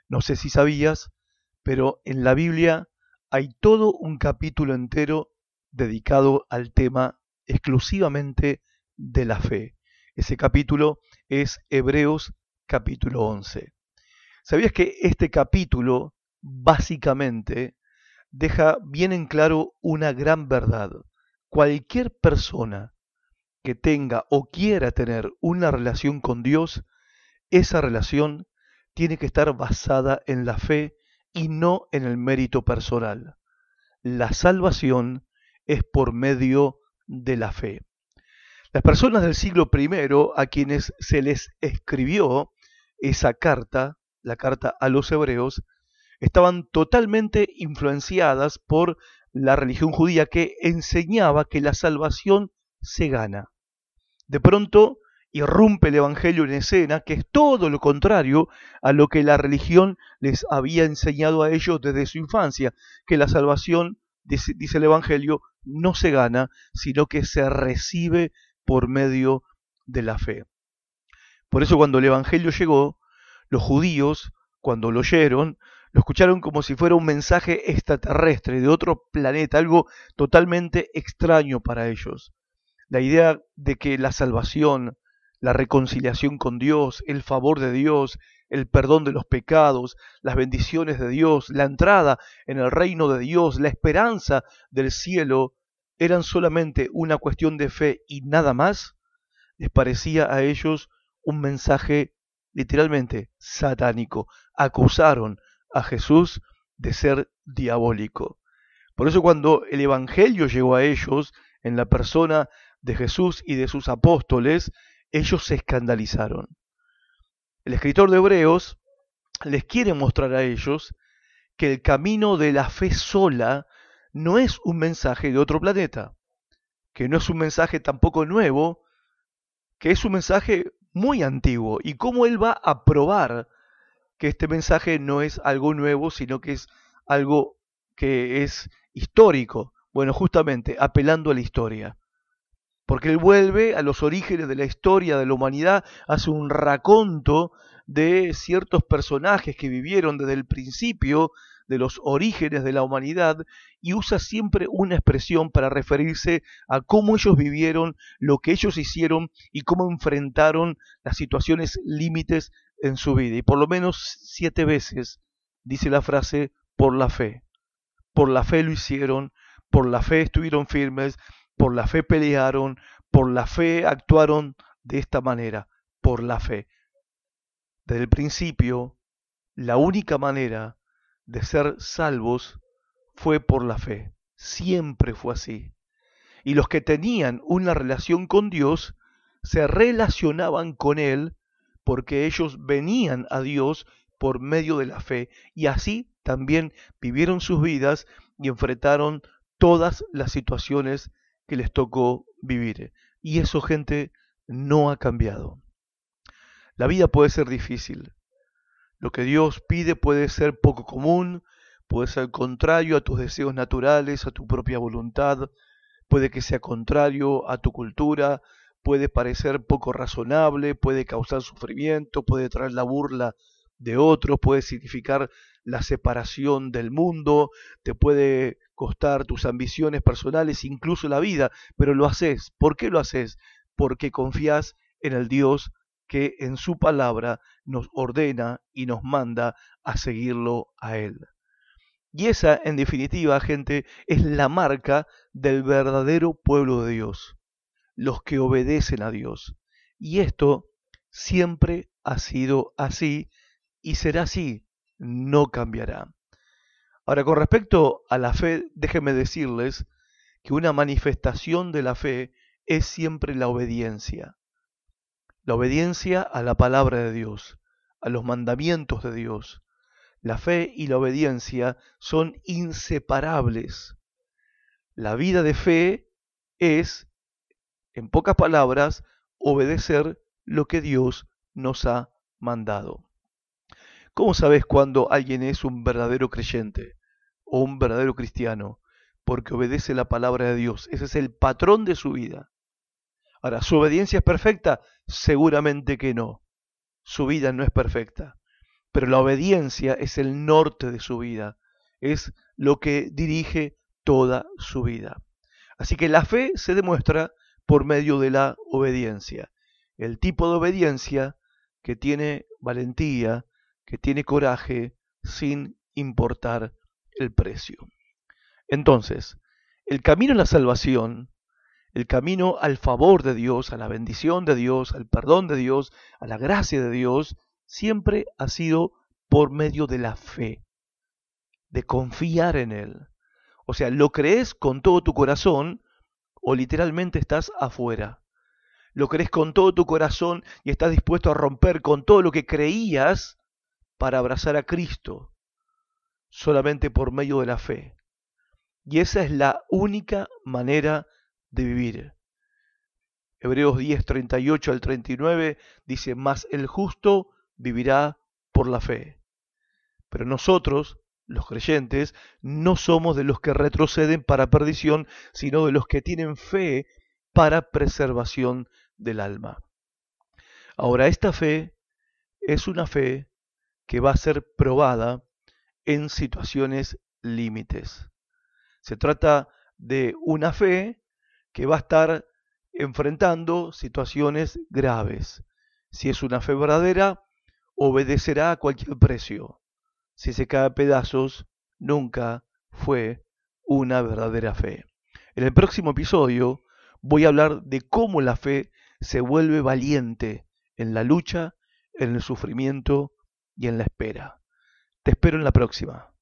No sé si sabías, pero en la Biblia hay todo un capítulo entero dedicado al tema exclusivamente de la fe. Ese capítulo es Hebreos capítulo 11. ¿Sabías que este capítulo básicamente deja bien en claro una gran verdad? Cualquier persona que tenga o quiera tener una relación con Dios, esa relación tiene que estar basada en la fe y no en el mérito personal. La salvación es por medio de la fe. Las personas del siglo I a quienes se les escribió esa carta, la carta a los hebreos, estaban totalmente influenciadas por la religión judía que enseñaba que la salvación se gana. De pronto irrumpe el Evangelio en escena, que es todo lo contrario a lo que la religión les había enseñado a ellos desde su infancia, que la salvación, dice el Evangelio, no se gana, sino que se recibe por medio de la fe. Por eso cuando el Evangelio llegó, los judíos, cuando lo oyeron, lo escucharon como si fuera un mensaje extraterrestre, de otro planeta, algo totalmente extraño para ellos. La idea de que la salvación, la reconciliación con Dios, el favor de Dios, el perdón de los pecados, las bendiciones de Dios, la entrada en el reino de Dios, la esperanza del cielo, eran solamente una cuestión de fe y nada más, les parecía a ellos un mensaje literalmente satánico. Acusaron a Jesús de ser diabólico. Por eso cuando el Evangelio llegó a ellos, en la persona de Jesús y de sus apóstoles, ellos se escandalizaron. El escritor de Hebreos les quiere mostrar a ellos que el camino de la fe sola no es un mensaje de otro planeta, que no es un mensaje tampoco nuevo, que es un mensaje muy antiguo, y cómo él va a probar que este mensaje no es algo nuevo, sino que es algo que es histórico. Bueno, justamente apelando a la historia. Porque él vuelve a los orígenes de la historia de la humanidad, hace un raconto de ciertos personajes que vivieron desde el principio de los orígenes de la humanidad y usa siempre una expresión para referirse a cómo ellos vivieron, lo que ellos hicieron y cómo enfrentaron las situaciones límites en su vida. Y por lo menos 7 veces dice la frase por la fe. Por la fe lo hicieron, por la fe estuvieron firmes, por la fe pelearon, por la fe actuaron de esta manera, por la fe. Desde el principio, la única manera de ser salvos fue por la fe. Siempre fue así. Y los que tenían una relación con Dios se relacionaban con Él porque ellos venían a Dios por medio de la fe y así también vivieron sus vidas y enfrentaron todas las situaciones que les tocó vivir. Y eso, gente, no ha cambiado. La vida puede ser difícil. Lo que Dios pide puede ser poco común, puede ser contrario a tus deseos naturales, a tu propia voluntad, puede que sea contrario a tu cultura, puede parecer poco razonable, puede causar sufrimiento, puede traer la burla de otros, puede significar la separación del mundo, te puede costar tus ambiciones personales, incluso la vida, pero lo haces. ¿Por qué lo haces? Porque confías en el Dios que en su palabra nos ordena y nos manda a seguirlo a Él. Y esa, en definitiva, gente, es la marca del verdadero pueblo de Dios, los que obedecen a Dios. Y esto siempre ha sido así y será así, no cambiará. Ahora, con respecto a la fe, déjenme decirles que una manifestación de la fe es siempre la obediencia. La obediencia a la palabra de Dios, a los mandamientos de Dios. La fe y la obediencia son inseparables. La vida de fe es, en pocas palabras, obedecer lo que Dios nos ha mandado. ¿Cómo sabes cuando alguien es un verdadero creyente o un verdadero cristiano? Porque obedece la palabra de Dios. Ese es el patrón de su vida. Ahora, ¿su obediencia es perfecta? Seguramente que no. Su vida no es perfecta. pero la obediencia es el norte de su vida, es lo que dirige toda su vida. Así que la fe se demuestra por medio de la obediencia. El tipo de obediencia que tiene valentía, que tiene coraje, sin importar el precio. Entonces, el camino a la salvación, el camino al favor de Dios, a la bendición de Dios, al perdón de Dios, a la gracia de Dios, siempre ha sido por medio de la fe, de confiar en Él. O sea, lo crees con todo tu corazón o literalmente estás afuera. Lo crees con todo tu corazón y estás dispuesto a romper con todo lo que creías para abrazar a Cristo, solamente por medio de la fe. Y esa es la única manera de vivir. Hebreos 10, 38 al 39 dice, mas el justo vivirá por la fe. Pero nosotros, los creyentes, no somos de los que retroceden para perdición, sino de los que tienen fe para preservación del alma. Ahora, esta fe es una fe que va a ser probada en situaciones límites. Se trata de una fe que va a estar enfrentando situaciones graves. Si es una fe verdadera, obedecerá a cualquier precio. Si se cae a pedazos, nunca fue una verdadera fe. En el próximo episodio voy a hablar de cómo la fe se vuelve valiente en la lucha, en el sufrimiento y en la espera. Te espero en la próxima.